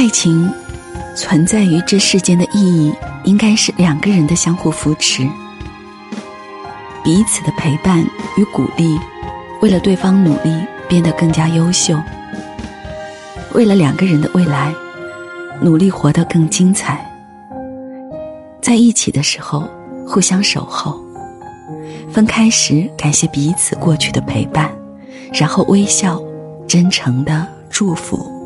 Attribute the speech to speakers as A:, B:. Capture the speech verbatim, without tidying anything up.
A: 爱情存在于这世间的意义，应该是两个人的相互扶持，彼此的陪伴与鼓励，为了对方努力变得更加优秀，为了两个人的未来努力活得更精彩。在一起的时候互相守候，分开时感谢彼此过去的陪伴，然后微笑真诚地祝福。